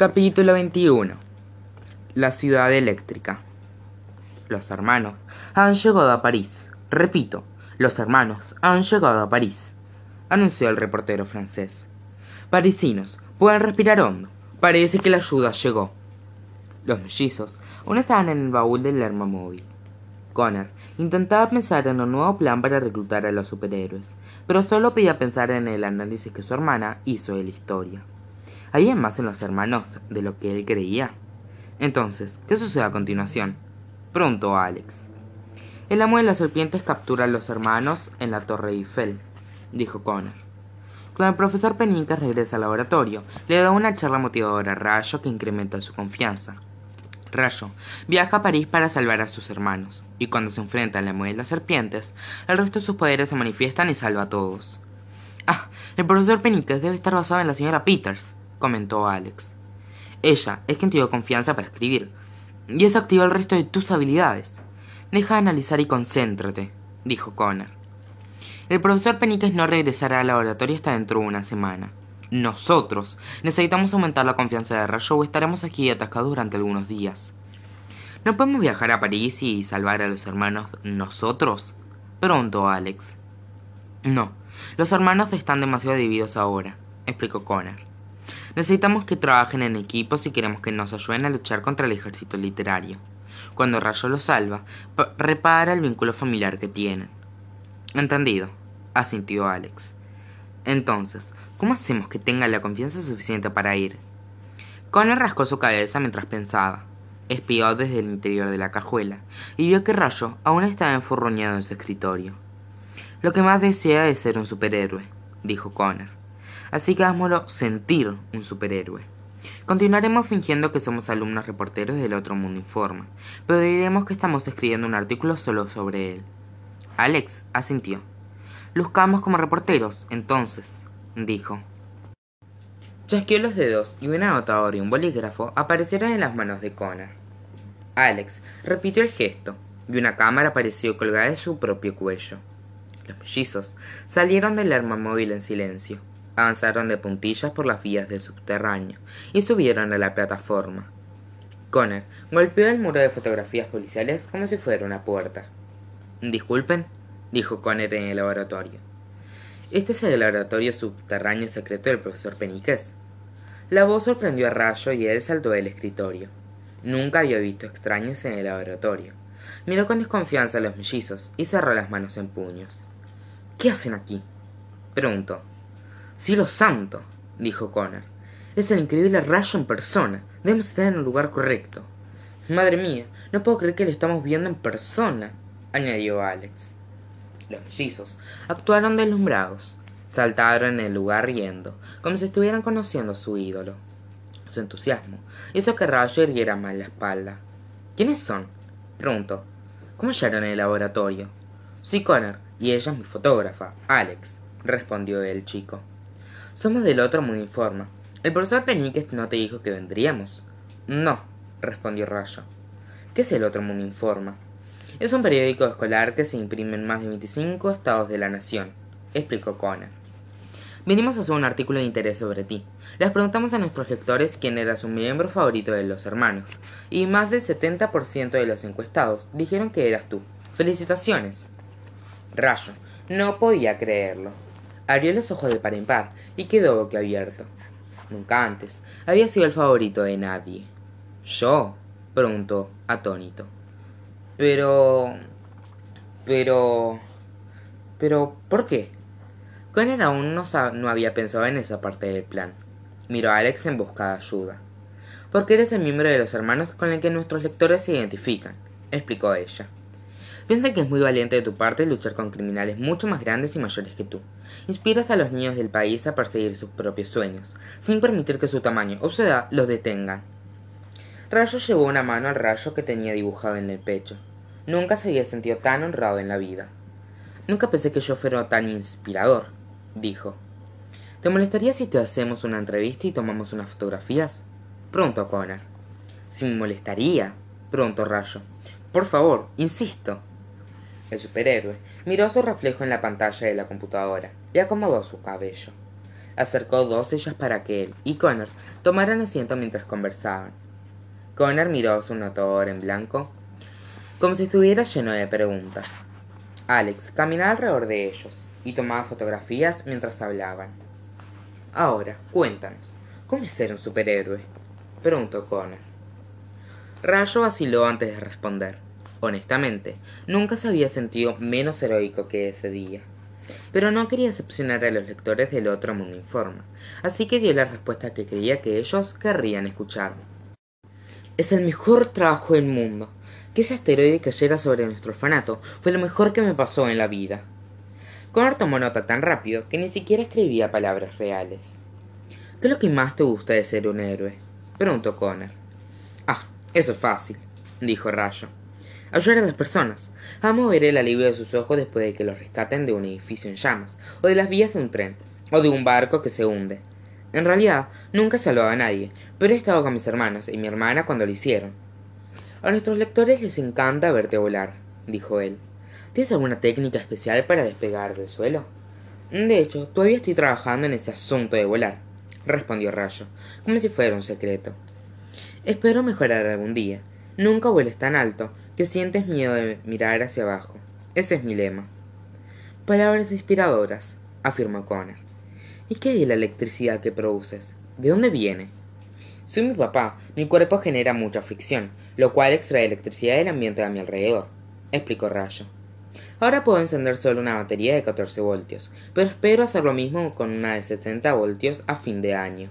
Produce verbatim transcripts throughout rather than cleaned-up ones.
Capítulo veintiuno. La ciudad eléctrica. Los hermanos han llegado a París. Repito, los hermanos han llegado a París, anunció el reportero francés. Parisinos, pueden respirar hondo. Parece que la ayuda llegó. Los mellizos aún estaban en el baúl del Lermamóvil. Connor intentaba pensar en un nuevo plan para reclutar a los superhéroes, pero solo podía pensar en el análisis que su hermana hizo de la historia. ¿Había más en los hermanos de lo que él creía? Entonces, ¿qué sucede a continuación?, preguntó Alex. El amo de las serpientes captura a los hermanos en la Torre Eiffel, dijo Connor. Cuando el profesor Peniques regresa al laboratorio, le da una charla motivadora a Rayo que incrementa su confianza. Rayo viaja a París para salvar a sus hermanos, y cuando se enfrenta al amo de las serpientes, el resto de sus poderes se manifiestan y salva a todos. Ah, el profesor Peniques debe estar basado en la señora Peters, comentó Alex. Ella es quien te dio confianza para escribir, y eso activa el resto de tus habilidades. Deja de analizar y concéntrate, dijo Connor. El profesor Peniques no regresará al laboratorio hasta dentro de una semana. Nosotros necesitamos aumentar la confianza de Rayo o estaremos aquí atacados durante algunos días. ¿No podemos viajar a París y salvar a los hermanos nosotros?, preguntó Alex. No, los hermanos están demasiado divididos ahora, explicó Connor. Necesitamos que trabajen en equipo si queremos que nos ayuden a luchar contra el ejército literario. Cuando Rayo los salva, repara el vínculo familiar que tienen. Entendido, asintió Alex. Entonces, ¿cómo hacemos que tenga la confianza suficiente para ir? Connor rascó su cabeza mientras pensaba. Espió desde el interior de la cajuela y vio que Rayo aún estaba enfurruñado en su escritorio. Lo que más desea es ser un superhéroe, dijo Connor. Así que hagámoslo sentir un superhéroe. Continuaremos fingiendo que somos alumnos reporteros del Otro Mundo Informa, pero diremos que estamos escribiendo un artículo solo sobre él. Alex asintió. Luzcamos como reporteros, entonces, dijo. Chasqueó los dedos y un anotador y un bolígrafo aparecieron en las manos de Connor. Alex repitió el gesto y una cámara apareció colgada de su propio cuello. Los mellizos salieron del Lermamóvil en silencio. Avanzaron de puntillas por las vías del subterráneo y subieron a la plataforma. Connor golpeó el muro de fotografías policiales como si fuera una puerta. Disculpen, dijo Connor en el laboratorio. ¿Este es el laboratorio subterráneo secreto del profesor Peniques? La voz sorprendió a Rayo y él saltó del escritorio. Nunca había visto extraños en el laboratorio. Miró con desconfianza a los mellizos y cerró las manos en puños. ¿Qué hacen aquí?, preguntó. ¡Cielo santo!, dijo Connor. Es el increíble Rayo en persona. Debemos estar en el lugar correcto. Madre mía, no puedo creer que lo estamos viendo en persona, añadió Alex. Los mellizos actuaron deslumbrados. Saltaron en el lugar riendo, como si estuvieran conociendo a su ídolo. Su entusiasmo hizo que Rayo irguiera mal la espalda. ¿Quiénes son?, preguntó. ¿Cómo llegaron en el laboratorio? Soy Connor, y ella es mi fotógrafa, Alex, respondió el chico. Somos del Otro Mundo Informa. ¿El profesor Peniques no te dijo que vendríamos? No, respondió Rayo. ¿Qué es el Otro Mundo Informa? Es un periódico escolar que se imprime en más de veinticinco estados de la nación, explicó Connor. Vinimos a hacer un artículo de interés sobre ti. Les preguntamos a nuestros lectores quién era su miembro favorito de los hermanos, y más del setenta por ciento de los encuestados dijeron que eras tú. ¡Felicitaciones! Rayo no podía creerlo. Abrió los ojos de par en par y quedó boquiabierto. Nunca antes había sido el favorito de nadie. ¿Yo?, preguntó, atónito. Pero... pero... pero... ¿por qué? Connor aún no, no había pensado en esa parte del plan. Miró a Alex en busca de ayuda. Porque eres el miembro de los hermanos con el que nuestros lectores se identifican, explicó ella. Piensa que es muy valiente de tu parte luchar con criminales mucho más grandes y mayores que tú. Inspiras a los niños del país a perseguir sus propios sueños, sin permitir que su tamaño o su edad los detengan. Rayo llevó una mano al rayo que tenía dibujado en el pecho. Nunca se había sentido tan honrado en la vida. Nunca pensé que yo fuera tan inspirador, dijo. ¿Te molestaría si te hacemos una entrevista y tomamos unas fotografías?, preguntó Connor. ¿Si me molestaría?, preguntó Rayo. Por favor, insisto. El superhéroe miró su reflejo en la pantalla de la computadora y acomodó su cabello. Acercó dos sillas para que él y Connor tomaran asiento mientras conversaban. Connor miró su notador en blanco, como si estuviera lleno de preguntas. Alex caminaba alrededor de ellos y tomaba fotografías mientras hablaban. Ahora, cuéntanos, ¿cómo es ser un superhéroe?, preguntó Connor. Rayo vaciló antes de responder. Honestamente, nunca se había sentido menos heroico que ese día. Pero no quería decepcionar a los lectores del Otro Mundo Informa, así que dio la respuesta que creía que ellos querrían escuchar. Es el mejor trabajo del mundo. Que ese asteroide cayera sobre nuestro orfanato fue lo mejor que me pasó en la vida. Connor tomó nota tan rápido que ni siquiera escribía palabras reales. ¿Qué es lo que más te gusta de ser un héroe?, preguntó Connor. Ah, eso es fácil, dijo Rayo. Ayudar a las personas. Amo ver el alivio de sus ojos después de que los rescaten de un edificio en llamas, o de las vías de un tren, o de un barco que se hunde. En realidad, nunca he salvado a nadie, pero he estado con mis hermanos y mi hermana cuando lo hicieron. A nuestros lectores les encanta verte volar, dijo él. ¿Tienes alguna técnica especial para despegar del suelo? De hecho, todavía estoy trabajando en ese asunto de volar, respondió Rayo, como si fuera un secreto. Espero mejorar algún día. Nunca vueles tan alto que sientes miedo de mirar hacia abajo. Ese es mi lema. Palabras inspiradoras, afirmó Connor. ¿Y qué de la electricidad que produces? ¿De dónde viene? Soy mi papá. Mi cuerpo genera mucha fricción, lo cual extrae electricidad del ambiente a mi alrededor, explicó Rayo. Ahora puedo encender solo una batería de catorce voltios, pero espero hacer lo mismo con una de setenta voltios a fin de año.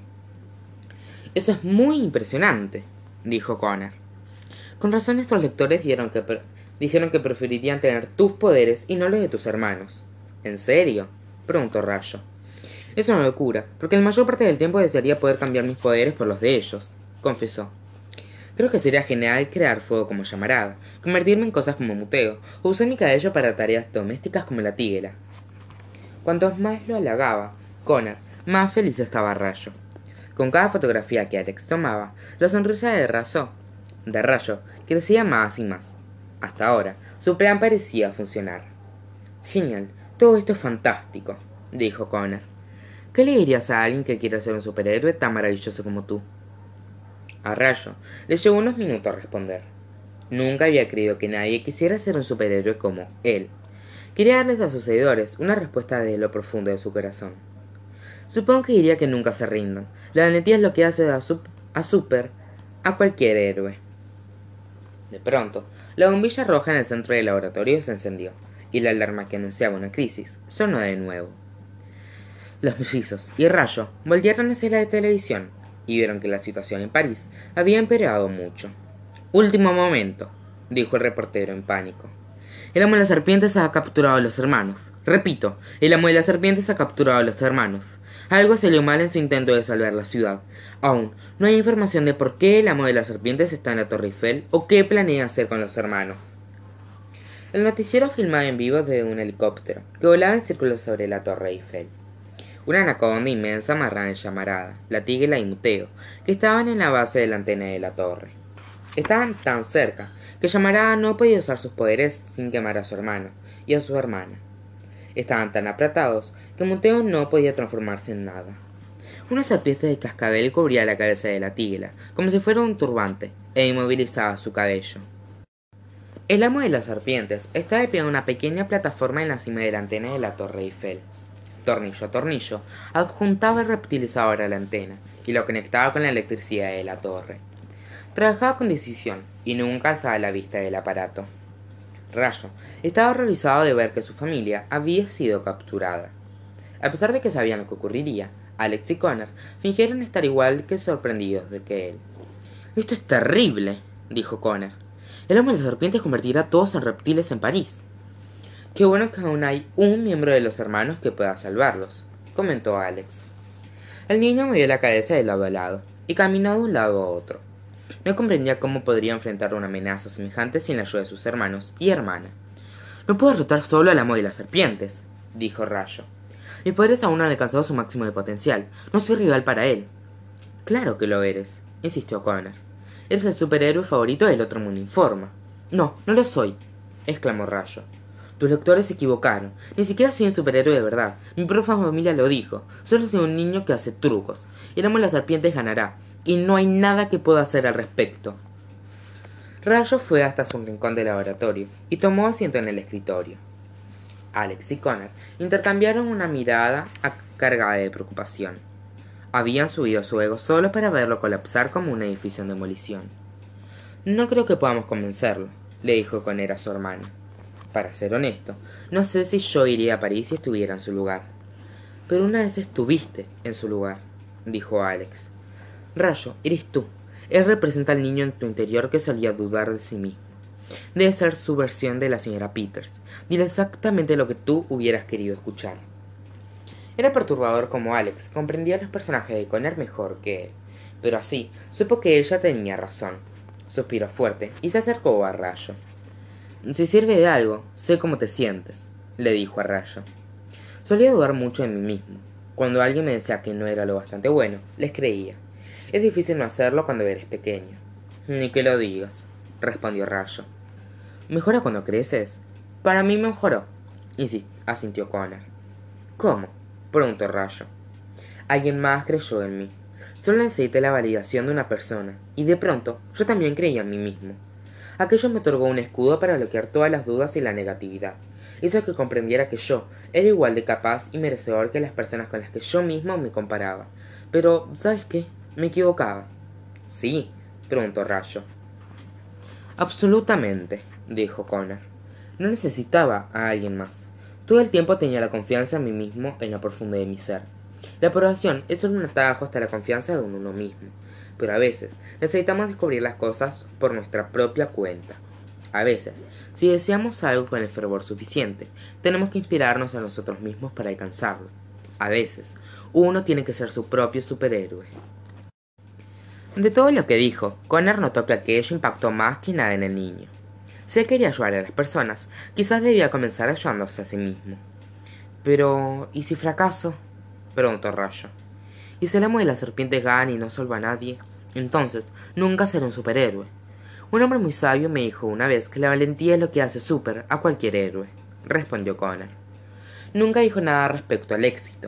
Eso es muy impresionante, dijo Connor. Con razón nuestros lectores dijeron que, pre dijeron que preferirían tener tus poderes y no los de tus hermanos. ¿En serio?, preguntó Rayo. Es una locura, porque la mayor parte del tiempo desearía poder cambiar mis poderes por los de ellos, confesó. Creo que sería genial crear fuego como llamarada, convertirme en cosas como muteo, o usar mi cabello para tareas domésticas como la tíguela. Cuanto más lo halagaba Connor, más feliz estaba Rayo. Con cada fotografía que Alex tomaba, la sonrisa de Rayo, de Rayo crecía más y más. Hasta ahora, su plan parecía funcionar. Genial, todo esto es fantástico, dijo Connor. ¿Qué le dirías a alguien que quiera ser un superhéroe tan maravilloso como tú? A Rayo le llevó unos minutos responder. Nunca había creído que nadie quisiera ser un superhéroe como él. Quería darles a sus seguidores una respuesta desde lo profundo de su corazón. Supongo que diría que nunca se rindan. La valentía es lo que hace a, sup a super a cualquier héroe. De pronto, la bombilla roja en el centro del laboratorio se encendió, y la alarma que anunciaba una crisis sonó de nuevo. Los mellizos y Rayo voltearon hacia la televisión y vieron que la situación en París había empeorado mucho. Último momento, dijo el reportero en pánico. El amo de las serpientes ha capturado a los hermanos. Repito, el amo de las serpientes ha capturado a los hermanos. Algo salió mal en su intento de salvar la ciudad. Aún no hay información de por qué el amo de las serpientes está en la Torre Eiffel o qué planea hacer con los hermanos. El noticiero filmaba en vivo desde un helicóptero que volaba en círculos sobre la Torre Eiffel. Una anaconda inmensa amarrada en llamarada, la tíguela y muteo, que estaban en la base de la antena de la torre. Estaban tan cerca que llamarada no podía usar sus poderes sin quemar a su hermano y a su hermana. Estaban tan apretados que Muteo no podía transformarse en nada. Una serpiente de cascabel cubría la cabeza de la tíguela, como si fuera un turbante, e inmovilizaba su cabello. El amo de las serpientes estaba de pie en una pequeña plataforma en la cima de la antena de la Torre Eiffel. Tornillo a tornillo, adjuntaba el reptilizador a la antena y lo conectaba con la electricidad de la torre. Trabajaba con decisión y nunca alzaba la vista del aparato. Rayo estaba horrorizado de ver que su familia había sido capturada. A pesar de que sabían lo que ocurriría, Alex y Connor fingieron estar igual que sorprendidos de que él. «Esto es terrible», dijo Connor. «El amo de las serpientes convertirá a todos en reptiles en París». «Qué bueno que aún hay un miembro de los hermanos que pueda salvarlos», comentó Alex. El niño movió la cabeza de lado a lado y caminó de un lado a otro. No comprendía cómo podría enfrentar una amenaza semejante sin la ayuda de sus hermanos y hermana. «No puedo derrotar solo al amo de las serpientes», dijo Rayo. «Mis poderes aún no han alcanzado su máximo de potencial. No soy rival para él». «Claro que lo eres», insistió Connor. «Eres el superhéroe favorito del Otro Mundo Informa». «No, no lo soy», exclamó Rayo. Tus lectores se equivocaron. Ni siquiera soy un superhéroe de verdad. Mi propia familia lo dijo. Solo soy un niño que hace trucos. Y el amo de las serpientes ganará. Y no hay nada que pueda hacer al respecto. Rayo fue hasta su rincón del laboratorio y tomó asiento en el escritorio. Alex y Connor intercambiaron una mirada cargada de preocupación. Habían subido su ego solo para verlo colapsar como un edificio en demolición. No creo que podamos convencerlo, le dijo Connor a su hermano. Para ser honesto, no sé si yo iría a París si estuviera en su lugar. Pero una vez estuviste en su lugar, dijo Alex. Rayo, eres tú. Él representa al niño en tu interior que solía dudar de sí mismo. Debe ser su versión de la señora Peters. Dile exactamente lo que tú hubieras querido escuchar. Era perturbador como Alex comprendía a los personajes de Connor mejor que él, pero así supo que ella tenía razón. Suspiró fuerte y se acercó a Rayo. Si sirve de algo, sé cómo te sientes, le dijo a Rayo. Solía dudar mucho de mí mismo. Cuando alguien me decía que no era lo bastante bueno, les creía. Es difícil no hacerlo cuando eres pequeño. Ni que lo digas, respondió Rayo. ¿Mejora cuando creces? Para mí mejoró, asintió Connor. ¿Cómo? Preguntó Rayo. Alguien más creyó en mí. Solo necesité la validación de una persona, y de pronto yo también creía en mí mismo. Aquello me otorgó un escudo para bloquear todas las dudas y la negatividad. Hizo que comprendiera que yo era igual de capaz y merecedor que las personas con las que yo mismo me comparaba. Pero, ¿sabes qué? Me equivocaba. ¿Sí? Preguntó Rayo. Absolutamente, dijo Connor. No necesitaba a alguien más. Todo el tiempo tenía la confianza en mí mismo en la profundidad de mi ser. La aprobación es solo un atajo hasta la confianza de uno mismo, pero a veces necesitamos descubrir las cosas por nuestra propia cuenta. A veces, si deseamos algo con el fervor suficiente, tenemos que inspirarnos a nosotros mismos para alcanzarlo. A veces, uno tiene que ser su propio superhéroe. De todo lo que dijo, Connor notó que aquello impactó más que nada en el niño. Si él quería ayudar a las personas, quizás debía comenzar ayudándose a sí mismo. Pero, ¿y si fracaso? Preguntó Rayo. ¿Y si el amo de las serpientes gana y no salva a nadie? Entonces, nunca seré un superhéroe. Un hombre muy sabio me dijo una vez que la valentía es lo que hace super a cualquier héroe, respondió Connor. Nunca dijo nada respecto al éxito.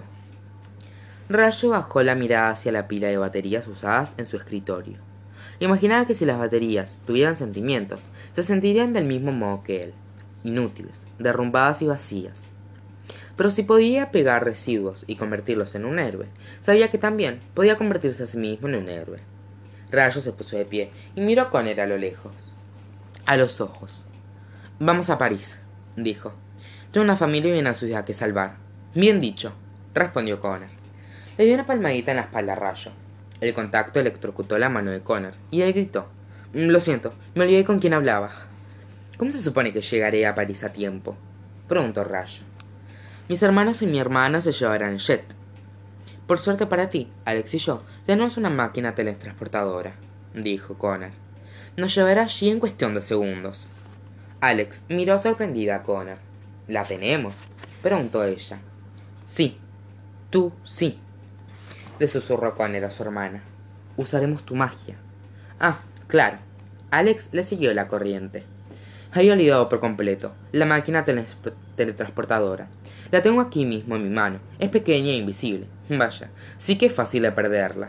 Rayo bajó la mirada hacia la pila de baterías usadas en su escritorio. Imaginaba que si las baterías tuvieran sentimientos, se sentirían del mismo modo que él, inútiles, derrumbadas y vacías. Pero si podía pegar residuos y convertirlos en un héroe, sabía que también podía convertirse a sí mismo en un héroe. Rayo se puso de pie y miró a Connor a lo lejos, a los ojos. Vamos a París, dijo. Tengo una familia y una ciudad que salvar. Bien dicho, respondió Connor. Le dio una palmadita en la espalda a Rayo. El contacto electrocutó la mano de Connor y él gritó. Lo siento, me olvidé con quién hablaba. ¿Cómo se supone que llegaré a París a tiempo? Preguntó Rayo. Mis hermanos y mi hermana se llevarán el jet. Por suerte para ti, Alex y yo tenemos una máquina teletransportadora, dijo Connor. Nos llevará allí en cuestión de segundos. Alex miró sorprendida a Connor. ¿La tenemos? Preguntó ella. Sí, tú sí, le susurró Connor a su hermana. Usaremos tu magia. Ah, claro. Alex le siguió la corriente. Había olvidado por completo la máquina tele teletransportadora. La tengo aquí mismo en mi mano. Es pequeña e invisible. Vaya, sí que es fácil de perderla.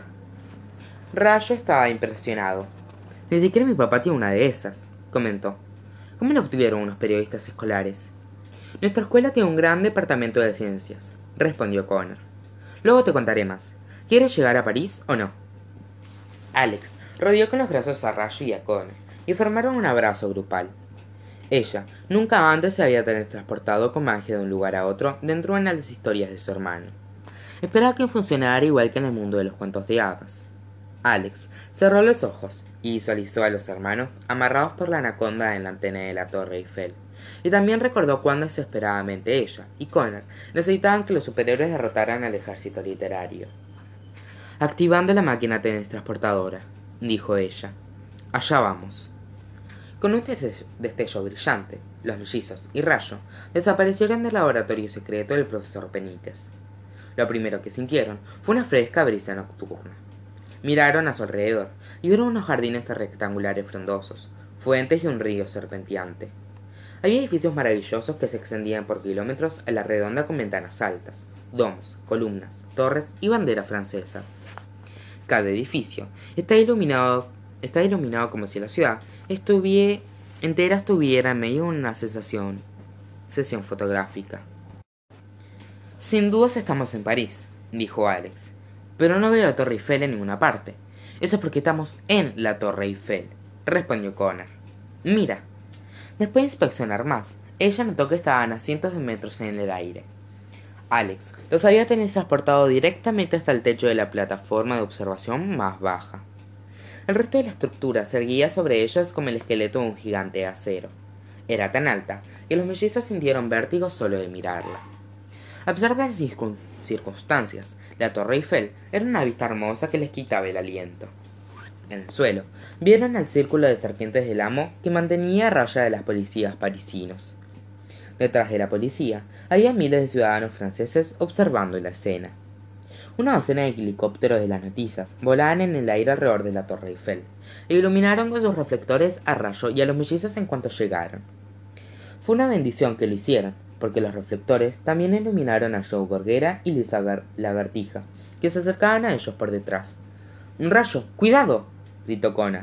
Rayo estaba impresionado. Ni siquiera mi papá tiene una de esas, comentó. ¿Cómo la obtuvieron unos periodistas escolares? Nuestra escuela tiene un gran departamento de ciencias, respondió Connor. Luego te contaré más. ¿Quieres llegar a París o no? Alex rodeó con los brazos a Rayo y a Connor y formaron un abrazo grupal. Ella nunca antes se había teletransportado con magia de un lugar a otro dentro de las historias de su hermano. Esperaba que funcionara igual que en el mundo de los cuentos de hadas. Alex cerró los ojos y visualizó a los hermanos amarrados por la anaconda en la antena de la Torre Eiffel, y también recordó cuán desesperadamente ella y Connor necesitaban que los superhéroes derrotaran al ejército literario. Activando la máquina teletransportadora, dijo ella. Allá vamos. Con un destello brillante, los mellizos y Rayo desaparecieron del laboratorio secreto del profesor Peniques. Lo primero que sintieron fue una fresca brisa nocturna. Miraron a su alrededor y vieron unos jardines rectangulares frondosos, fuentes y un río serpenteante. Había edificios maravillosos que se extendían por kilómetros a la redonda con ventanas altas, domos, columnas, torres y banderas francesas. Cada edificio está iluminado, está iluminado como si la ciudad estuviera, entera estuviera en medio de una sensación, sesión fotográfica. Sin dudas estamos en París, dijo Alex, pero no veo la Torre Eiffel en ninguna parte. Eso es porque estamos en la Torre Eiffel, respondió Connor. Mira. Después de inspeccionar más, ella notó que estaban a cientos de metros en el aire. Alex los había teletransportado directamente hasta el techo de la plataforma de observación más baja. El resto de la estructura se erguía sobre ellos como el esqueleto de un gigante de acero. Era tan alta que los mellizos sintieron vértigo solo de mirarla. A pesar de las circunstancias, la Torre Eiffel era una vista hermosa que les quitaba el aliento. En el suelo, vieron el círculo de serpientes del amo que mantenía a raya de las policías parisinos. Detrás de la policía, había miles de ciudadanos franceses observando la escena. Una docena de helicópteros de las noticias volaban en el aire alrededor de la Torre Eiffel e iluminaron con sus reflectores a rayo y a los mellizos en cuanto llegaron. Fue una bendición que lo hicieran, porque los reflectores también iluminaron a Joe Gorguera y Lisa Lagartija, que se acercaban a ellos por detrás. ¡Un rayo! ¡Cuidado!, gritó Connor.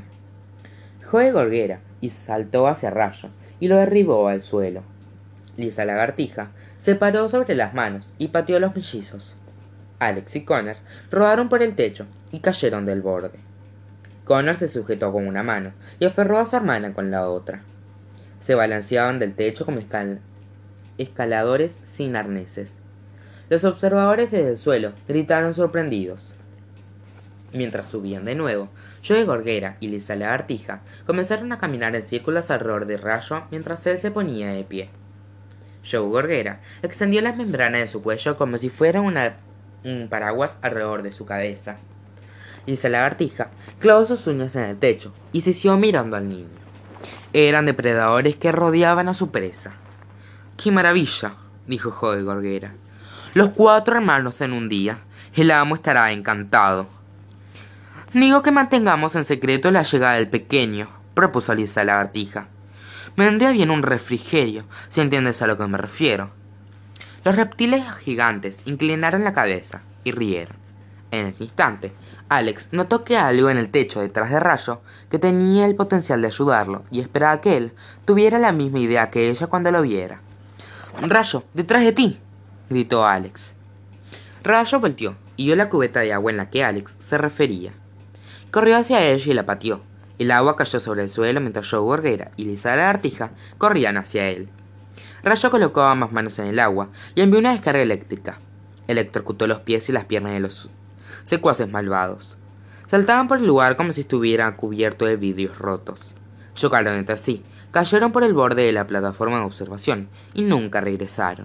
Joe Gorguera y saltó hacia Rayo y lo derribó al suelo. Lisa Lagartija se paró sobre las manos y pateó a los mellizos. Alex y Connor rodaron por el techo y cayeron del borde. Connor se sujetó con una mano y aferró a su hermana con la otra. Se balanceaban del techo como escal escaladores sin arneses. Los observadores desde el suelo gritaron sorprendidos. Mientras subían de nuevo, Joe Gorguera y Lisa Lagartija comenzaron a caminar en círculos alrededor de Rayo mientras él se ponía de pie. Joe Gorguera extendió las membranas de su cuello como si fuera una, un paraguas alrededor de su cabeza. Lisa Lagartija clavó sus uñas en el techo y se siguió mirando al niño. Eran depredadores que rodeaban a su presa. ¡Qué maravilla!, dijo Joe Gorguera. Los cuatro hermanos en un día. El amo estará encantado. Digo que mantengamos en secreto la llegada del pequeño, propuso Lisa Lagartija. Me vendría bien un refrigerio, si entiendes a lo que me refiero. Los reptiles gigantes inclinaron la cabeza y rieron. En ese instante, Alex notó que algo en el techo detrás de Rayo que tenía el potencial de ayudarlo y esperaba que él tuviera la misma idea que ella cuando lo viera. «Rayo, detrás de ti», gritó Alex. Rayo volteó y vio la cubeta de agua en la que Alex se refería. Corrió hacia ella y la pateó. El agua cayó sobre el suelo mientras Joe Gorguera y Lisa Lagartija corrían hacia él. Rayo colocó ambas manos en el agua y envió una descarga eléctrica. Electrocutó los pies y las piernas de los secuaces malvados. Saltaban por el lugar como si estuviera cubierto de vidrios rotos. Chocaron entre sí, cayeron por el borde de la plataforma de observación y nunca regresaron.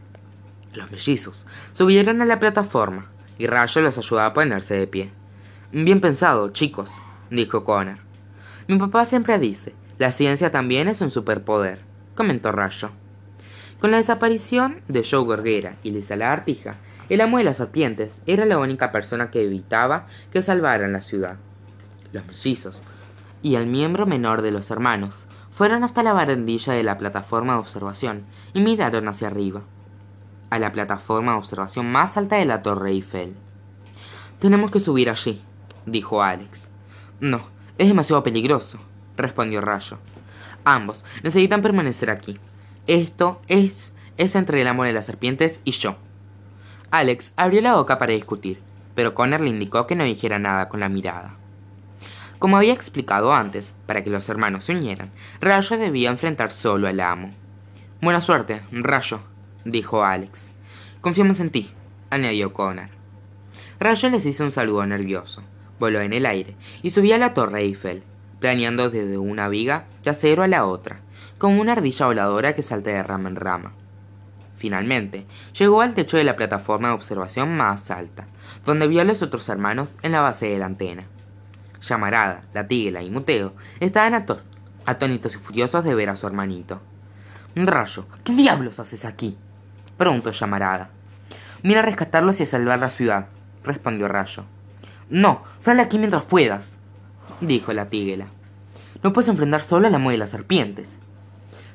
Los mellizos subieron a la plataforma y Rayo los ayudó a ponerse de pie. «Bien pensado, chicos», dijo Connor. «Mi papá siempre dice, la ciencia también es un superpoder», comentó Rayo. Con la desaparición de Joe Gorguera y Lisa Lagartija, el amo de las serpientes era la única persona que evitaba que salvaran la ciudad. Los mellizos y el miembro menor de los hermanos fueron hasta la barandilla de la plataforma de observación y miraron hacia arriba, a la plataforma de observación más alta de la Torre Eiffel. «Tenemos que subir allí», dijo Alex. «No, es demasiado peligroso», respondió Rayo. «Ambos necesitan permanecer aquí. Esto es, es entre el amo de las serpientes y yo». Alex abrió la boca para discutir, pero Connor le indicó que no dijera nada con la mirada. Como había explicado antes, para que los hermanos se unieran, Rayo debía enfrentar solo al amo. «Buena suerte, Rayo», dijo Alex. «Confiamos en ti», añadió Connor. Rayo les hizo un saludo nervioso, voló en el aire y subió a la Torre Eiffel, planeando desde una viga de acero a la otra, como una ardilla voladora que salta de rama en rama. Finalmente, llegó al techo de la plataforma de observación más alta, donde vio a los otros hermanos en la base de la antena. Llamarada, Latiguela y Muteo estaban ató atónitos y furiosos de ver a su hermanito. «Rayo, ¿qué diablos haces aquí?», preguntó Llamarada. «Vine a rescatarlos y a salvar la ciudad», respondió Rayo. «No, sal de aquí mientras puedas», dijo Latiguela. «No puedes enfrentar solo al amo de las serpientes».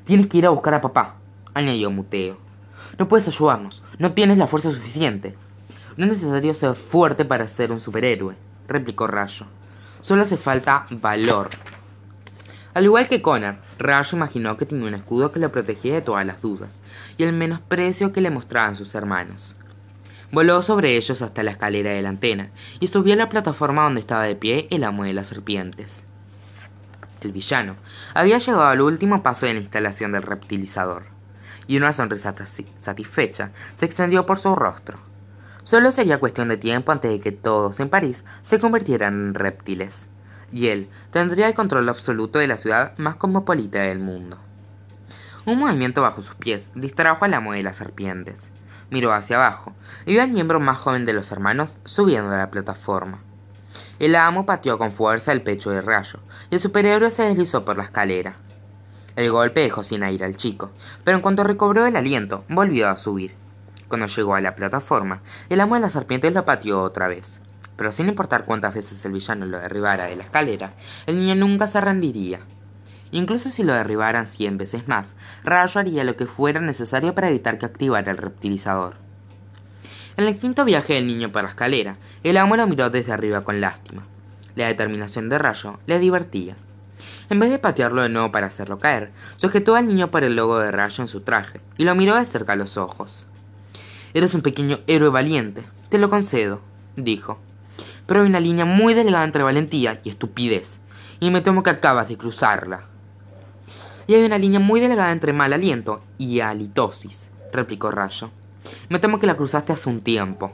Tienes que ir a buscar a papá, añadió Muteo. No puedes ayudarnos, no tienes la fuerza suficiente. No es necesario ser fuerte para ser un superhéroe, replicó Rayo. Solo hace falta valor. Al igual que Connor, Rayo imaginó que tenía un escudo que lo protegía de todas las dudas y el menosprecio que le mostraban sus hermanos. Voló sobre ellos hasta la escalera de la antena y subió a la plataforma donde estaba de pie el amo de las serpientes. El villano había llegado al último paso de la instalación del reptilizador, y una sonrisa satisfecha se extendió por su rostro. Solo sería cuestión de tiempo antes de que todos en París se convirtieran en reptiles, y él tendría el control absoluto de la ciudad más cosmopolita del mundo. Un movimiento bajo sus pies distrajo al amo de las serpientes. Miró hacia abajo y vio al miembro más joven de los hermanos subiendo a la plataforma. El amo pateó con fuerza el pecho de Rayo y el superhéroe se deslizó por la escalera. El golpe dejó sin aire al chico, pero en cuanto recobró el aliento, volvió a subir. Cuando llegó a la plataforma, el amo de las serpientes lo pateó otra vez. Pero sin importar cuántas veces el villano lo derribara de la escalera, el niño nunca se rendiría. Incluso si lo derribaran cien veces más, Rayo haría lo que fuera necesario para evitar que activara el reptilizador. En el quinto viaje del niño por la escalera, el amo lo miró desde arriba con lástima. La determinación de Rayo le divertía. En vez de patearlo de nuevo para hacerlo caer, sujetó al niño por el logo de Rayo en su traje y lo miró de cerca a los ojos. «Eres un pequeño héroe valiente, te lo concedo», dijo. «Pero hay una línea muy delgada entre valentía y estupidez, y me temo que acabas de cruzarla». «Y hay una línea muy delgada entre mal aliento y halitosis», replicó Rayo. «Me temo que la cruzaste hace un tiempo».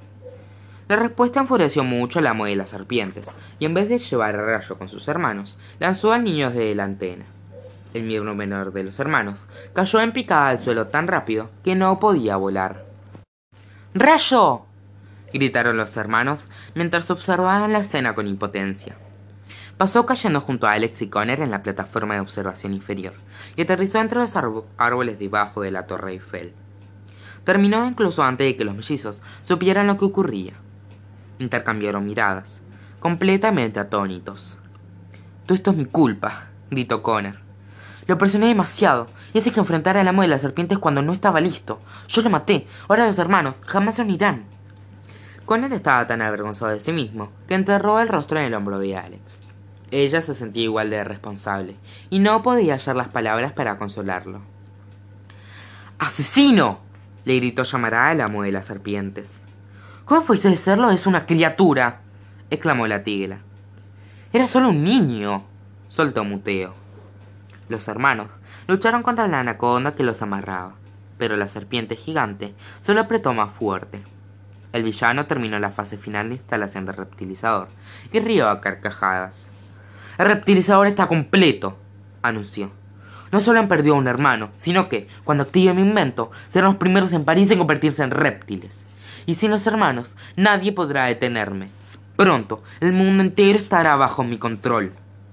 La respuesta enfureció mucho al amo de las serpientes, y en vez de llevar a Rayo con sus hermanos, lanzó al niño desde la antena. El miembro menor de los hermanos cayó en picada al suelo tan rápido que no podía volar. «¡Rayo!», gritaron los hermanos mientras observaban la escena con impotencia. Pasó cayendo junto a Alex y Connor en la plataforma de observación inferior y aterrizó entre los árboles debajo de la Torre Eiffel. Terminó incluso antes de que los mellizos supieran lo que ocurría. Intercambiaron miradas, completamente atónitos. «Todo esto es mi culpa», gritó Connor. «Lo presioné demasiado y hice que enfrentara al amo de las serpientes cuando no estaba listo. Yo lo maté, ahora los hermanos jamás se unirán». Connor estaba tan avergonzado de sí mismo que enterró el rostro en el hombro de Alex. Ella se sentía igual de responsable y no podía hallar las palabras para consolarlo. «¡Asesino!», le gritó llamará al amo de las serpientes. «¿Cómo pudiste serlo? Es una criatura», exclamó la tigre. «Era solo un niño», soltó Muteo. Los hermanos lucharon contra la anaconda que los amarraba, pero la serpiente gigante solo apretó más fuerte. El villano terminó la fase final de instalación del reptilizador y rió a carcajadas. «El reptilizador está completo», anunció. «No solo han perdido a un hermano, sino que, cuando active mi invento, serán los primeros en París en convertirse en reptiles. Y sin los hermanos, nadie podrá detenerme. Pronto, el mundo entero estará bajo mi control».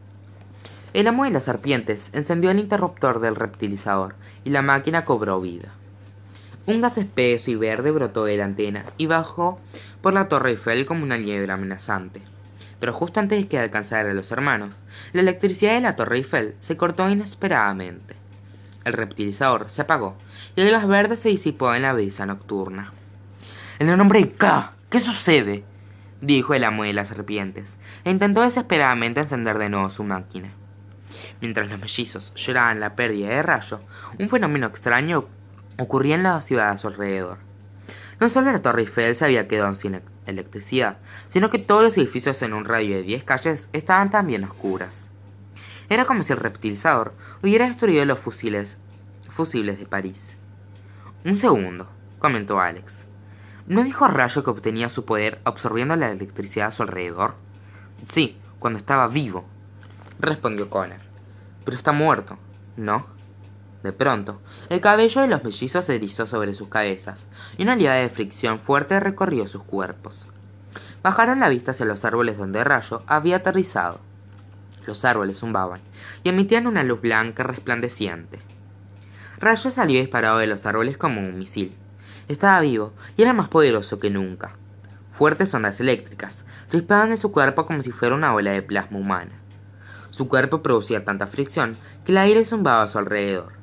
El amo de las serpientes encendió el interruptor del reptilizador y la máquina cobró vida. Un gas espeso y verde brotó de la antena y bajó por la Torre Eiffel como una liebre amenazante. Pero justo antes de que alcanzara a los hermanos, la electricidad de la Torre Eiffel se cortó inesperadamente. El reptilizador se apagó y el gas verde se disipó en la brisa nocturna. «En el nombre de K, ¿qué sucede?», dijo el amo de las serpientes, e intentó desesperadamente encender de nuevo su máquina. Mientras los mellizos lloraban la pérdida de Rayo, un fenómeno extraño ocurría en la ciudad a su alrededor. No solo la Torre Eiffel se había quedado sin electricidad, sino que todos los edificios en un radio de diez calles estaban también oscuras. Era como si el reptilizador hubiera destruido los fusiles, fusibles de París. «Un segundo», comentó Alex. «¿No dijo Rayo que obtenía su poder absorbiendo la electricidad a su alrededor?» «Sí, cuando estaba vivo», respondió Connor. «Pero está muerto, ¿no?» De pronto, el cabello de los mellizos se erizó sobre sus cabezas, y una oleada de fricción fuerte recorrió sus cuerpos. Bajaron la vista hacia los árboles donde Rayo había aterrizado. Los árboles zumbaban, y emitían una luz blanca resplandeciente. Rayo salió disparado de los árboles como un misil. Estaba vivo, y era más poderoso que nunca. Fuertes ondas eléctricas chispaban de su cuerpo como si fuera una ola de plasma humana. Su cuerpo producía tanta fricción que el aire zumbaba a su alrededor.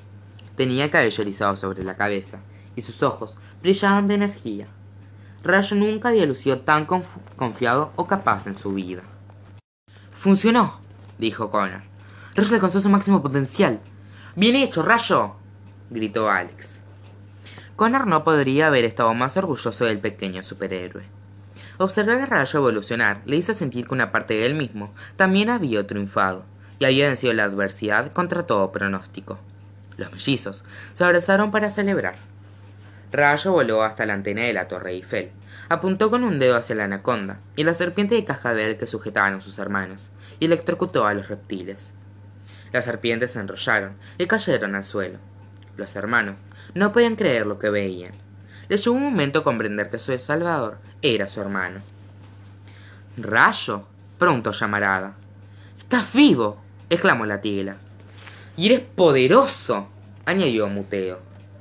Tenía el cabello erizado sobre la cabeza, y sus ojos brillaban de energía. Rayo nunca había lucido tan conf confiado o capaz en su vida. «¡Funcionó!», dijo Connor. «Rayo alcanzó su máximo potencial». «¡Bien hecho, Rayo!», gritó Alex. Connor no podría haber estado más orgulloso del pequeño superhéroe. Observar a Rayo evolucionar le hizo sentir que una parte de él mismo también había triunfado, y había vencido la adversidad contra todo pronóstico. Los mellizos se abrazaron para celebrar. Rayo voló hasta la antena de la Torre Eiffel, apuntó con un dedo hacia la anaconda y la serpiente de cascabel que sujetaban a sus hermanos, y electrocutó a los reptiles. Las serpientes se enrollaron y cayeron al suelo. Los hermanos no podían creer lo que veían. Les llevó un momento comprender que su salvador era su hermano. «¿Rayo?», preguntó Llamarada. «¡Estás vivo!», exclamó la tigla. «¡Y eres poderoso!», añadió Muteo.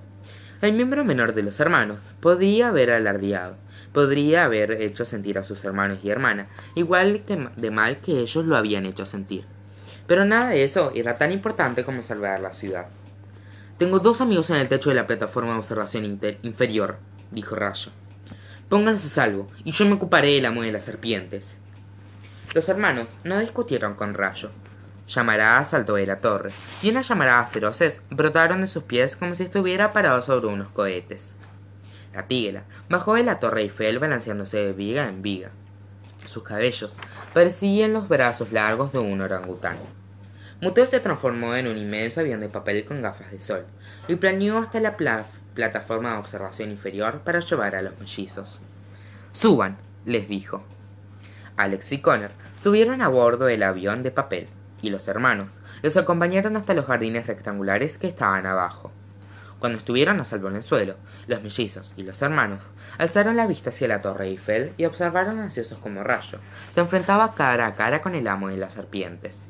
El miembro menor de los hermanos podría haber alardeado, podría haber hecho sentir a sus hermanos y hermanas igual de mal que ellos lo habían hecho sentir. Pero nada de eso era tan importante como salvar la ciudad. «Tengo dos amigos en el techo de la plataforma de observación inferior», dijo Rayo. «Pónganlos a salvo, y yo me ocuparé del amo de las serpientes». Los hermanos no discutieron con Rayo. Llamarada saltó de la torre, y unas llamaradas feroces brotaron de sus pies como si estuviera parado sobre unos cohetes. La tigla bajó de la Torre Eiffel balanceándose de viga en viga. Sus cabellos parecían los brazos largos de un orangután. Muteo se transformó en un inmenso avión de papel con gafas de sol, y planeó hasta la pla plataforma de observación inferior para llevar a los mellizos. «Suban», les dijo. Alex y Connor subieron a bordo del avión de papel, y los hermanos los acompañaron hasta los jardines rectangulares que estaban abajo. Cuando estuvieron a salvo en el suelo, los mellizos y los hermanos alzaron la vista hacia la Torre Eiffel y observaron ansiosos como Rayo se enfrentaba cara a cara con el amo de las serpientes.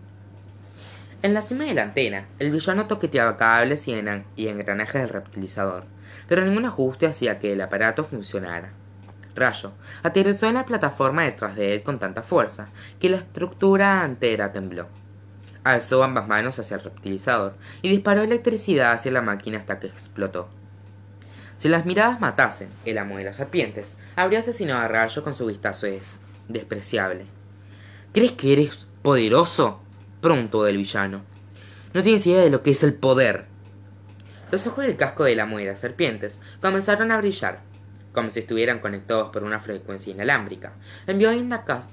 En la cima de la antena, el villano toqueteaba cables y, en y engranajes del reptilizador, pero ningún ajuste hacía que el aparato funcionara. Rayo aterrizó en la plataforma detrás de él con tanta fuerza que la estructura entera tembló. Alzó ambas manos hacia el reptilizador y disparó electricidad hacia la máquina hasta que explotó. Si las miradas matasen, el amo de las serpientes habría asesinado a Rayo con su vistazo des despreciable. «¿Crees que eres poderoso?», preguntó el villano. «No tienes idea de lo que es el poder». Los ojos del casco del amo de las serpientes comenzaron a brillar, como si estuvieran conectados por una frecuencia inalámbrica. Envió indicaciones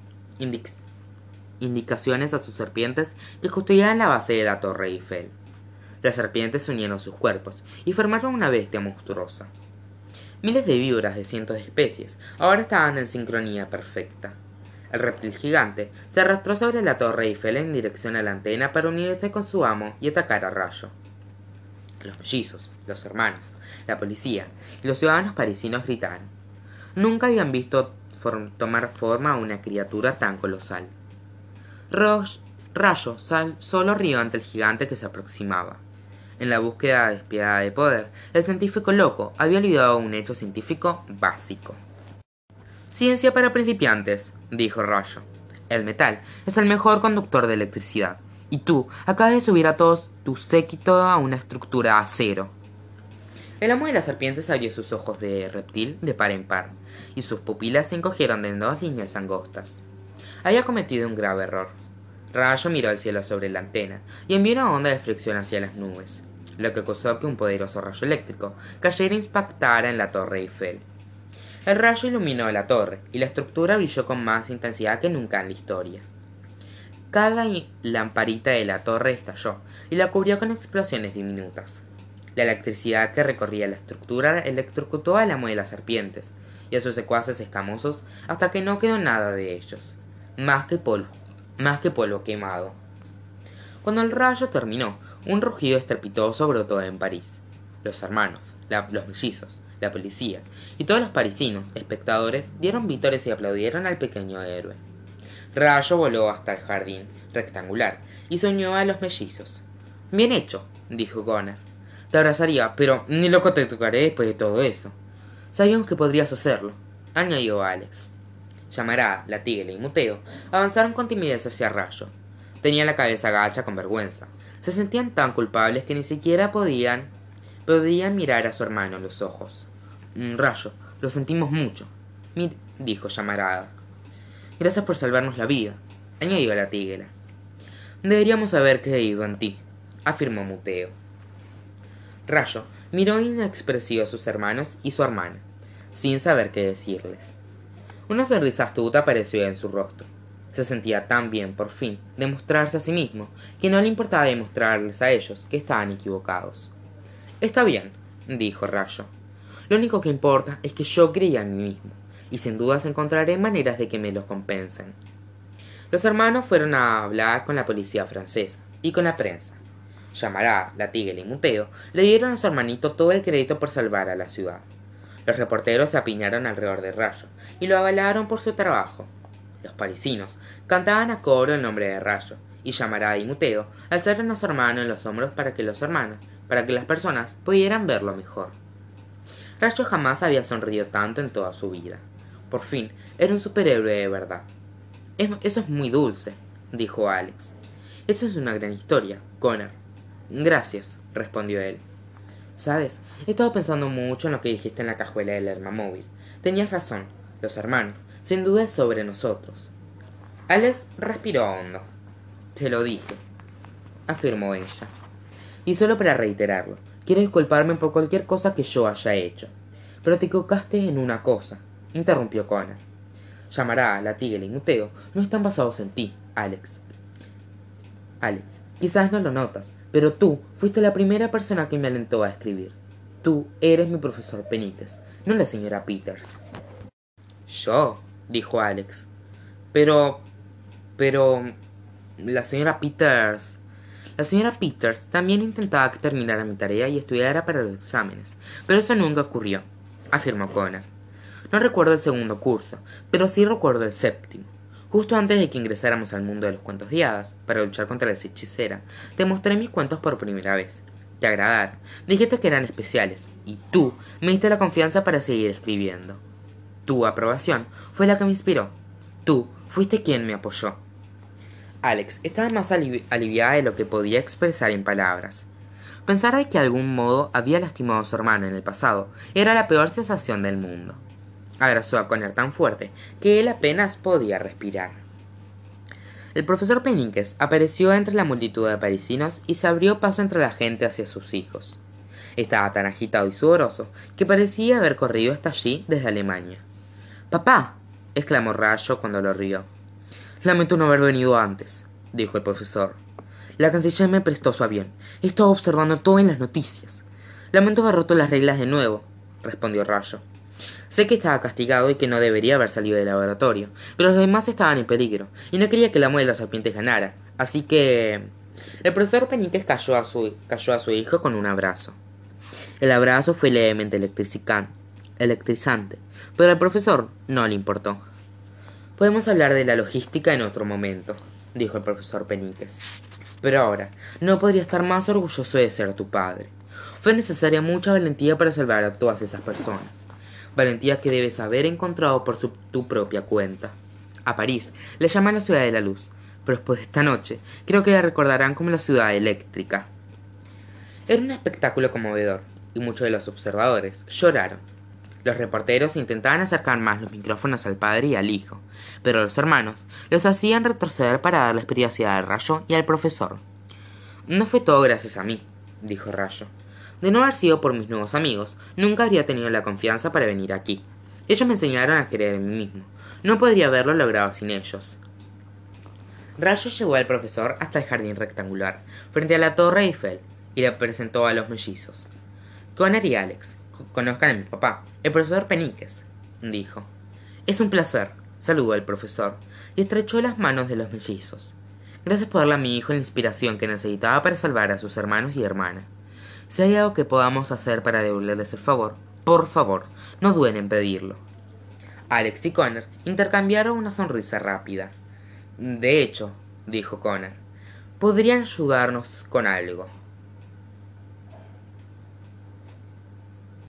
indicaciones a sus serpientes que custodiaban la base de la Torre Eiffel. Las serpientes unieron sus cuerpos y formaron una bestia monstruosa. Miles de víboras de cientos de especies ahora estaban en sincronía perfecta. El reptil gigante se arrastró sobre la Torre Eiffel en dirección a la antena para unirse con su amo y atacar a Rayo. Los mellizos, los hermanos, la policía y los ciudadanos parisinos gritaron. Nunca habían visto for tomar forma a una criatura tan colosal. Rayo sal solo rió ante el gigante que se aproximaba. En la búsqueda despiadada de poder, el científico loco había olvidado un hecho científico básico. «Ciencia para principiantes», dijo Rayo. «El metal es el mejor conductor de electricidad, y tú acabas de subir a todos tu séquito a una estructura de acero». El amo de las serpientes abrió sus ojos de reptil de par en par, y sus pupilas se encogieron en dos líneas angostas. Había cometido un grave error. Rayo miró al cielo sobre la antena y envió una onda de fricción hacia las nubes, lo que causó que un poderoso rayo eléctrico cayera e impactara en la Torre Eiffel. El rayo iluminó la torre y la estructura brilló con más intensidad que nunca en la historia. Cada lamparita de la torre estalló y la cubrió con explosiones diminutas. La electricidad que recorría la estructura electrocutó al amo de las serpientes y a sus secuaces escamosos hasta que no quedó nada de ellos, más que polvo, más que polvo quemado. Cuando el rayo terminó, un rugido estrepitoso brotó en París. Los hermanos, la, los mellizos, la policía y todos los parisinos espectadores dieron vítores y aplaudieron al pequeño héroe. Rayo voló hasta el jardín rectangular y se unió a los mellizos. «Bien hecho», dijo Connor. «Te abrazaría, pero ni loco te tocaré después de todo eso». «Sabíamos que podrías hacerlo», añadió Alex. Llamarada, la tigla y Muteo avanzaron con timidez hacia Rayo. Tenían la cabeza gacha con vergüenza. Se sentían tan culpables que ni siquiera podían podía mirar a su hermano en los ojos. Rayo, lo sentimos mucho, dijo Llamarada. Gracias por salvarnos la vida, añadió la Tigela. Deberíamos haber creído en ti, afirmó Muteo. Rayo miró inexpresivo a sus hermanos y su hermana, sin saber qué decirles. Una sonrisa astuta apareció en su rostro. Se sentía tan bien, por fin, de mostrarse a sí mismo, que no le importaba demostrarles a ellos que estaban equivocados. Está bien, dijo Rayo. Lo único que importa es que yo creía en mí mismo, y sin dudas encontraré maneras de que me lo compensen. Los hermanos fueron a hablar con la policía francesa y con la prensa. Llamarada, la Tigela y Muteo le dieron a su hermanito todo el crédito por salvar a la ciudad. Los reporteros se apiñaron alrededor de Rayo y lo avalaron por su trabajo. Los parisinos cantaban a coro el nombre de Rayo, y Llamarada y Muteo alzaron a su hermano en los hombros para que los hermanos, para que las personas pudieran verlo mejor. Rayo jamás había sonreído tanto en toda su vida. Por fin, era un superhéroe de verdad. Es, eso es muy dulce, dijo Alex. Eso es una gran historia, Connor. Gracias, respondió él. Sabes, he estado pensando mucho en lo que dijiste en la cajuela del Hermamóvil. Tenías razón, los hermanos, sin duda es sobre nosotros. Alex respiró hondo. Te lo dije, afirmó ella. Y solo para reiterarlo, quiero disculparme por cualquier cosa que yo haya hecho. Pero te equivocaste en una cosa, interrumpió Connor. Llamarada, la Tigela y Muteo no están basados en ti, Alex. Alex, quizás no lo notas, pero tú fuiste la primera persona que me alentó a escribir. Tú eres mi profesor Peniques, no la señora Peters. ¿Yo? Dijo Alex. Pero... pero... la señora Peters... La señora Peters también intentaba que terminara mi tarea y estudiara para los exámenes, pero eso nunca ocurrió, afirmó Connor. No recuerdo el segundo curso, pero sí recuerdo el séptimo. Justo antes de que ingresáramos al mundo de los cuentos de hadas, para luchar contra la hechicera, te mostré mis cuentos por primera vez. Te agradaron, dijiste que eran especiales, y tú me diste la confianza para seguir escribiendo. Tu aprobación fue la que me inspiró. Tú fuiste quien me apoyó. Alex estaba más alivi aliviada de lo que podía expresar en palabras. Pensar de que de algún modo había lastimado a su hermano en el pasado era la peor sensación del mundo. Abrazó a Connor tan fuerte que él apenas podía respirar. El profesor Peniques apareció entre la multitud de parisinos y se abrió paso entre la gente hacia sus hijos. Estaba tan agitado y sudoroso que parecía haber corrido hasta allí desde Alemania. «¡Papá!», exclamó Rayo cuando lo rió. «Lamento no haber venido antes», dijo el profesor. «La canciller me prestó su avión. He estado observando todo en las noticias. Lamento haber roto las reglas de nuevo», respondió Rayo. «Sé que estaba castigado y que no debería haber salido del laboratorio, pero los demás estaban en peligro, y no quería que la muela de la serpiente ganara, así que...». El profesor Peniques cayó a su, cayó a su hijo con un abrazo. El abrazo fue levemente electrizante, pero al profesor no le importó. «Podemos hablar de la logística en otro momento», dijo el profesor Peniques. «Pero ahora, no podría estar más orgulloso de ser tu padre. Fue necesaria mucha valentía para salvar a todas esas personas. Valentía que debes haber encontrado por su, tu propia cuenta. A París le llaman la ciudad de la luz, pero después de esta noche, creo que la recordarán como la ciudad eléctrica». Era un espectáculo conmovedor, y muchos de los observadores lloraron. Los reporteros intentaban acercar más los micrófonos al padre y al hijo, pero los hermanos los hacían retroceder para darles privacidad al Rayo y al profesor. «No fue todo gracias a mí», dijo Rayo. «De no haber sido por mis nuevos amigos, nunca habría tenido la confianza para venir aquí. Ellos me enseñaron a creer en mí mismo. No podría haberlo logrado sin ellos». Rayo llevó al profesor hasta el jardín rectangular, frente a la Torre Eiffel, y le presentó a los mellizos. «Connor y Alex, conozcan a mi papá, el profesor Peniques», dijo. «Es un placer», saludó el profesor, y estrechó las manos de los mellizos. «Gracias por darle a mi hijo la inspiración que necesitaba para salvar a sus hermanos y hermanas. Si hay algo que podamos hacer para devolverles el favor, por favor, no duden en pedirlo». Alex y Connor intercambiaron una sonrisa rápida. «De hecho», dijo Connor, «podrían ayudarnos con algo».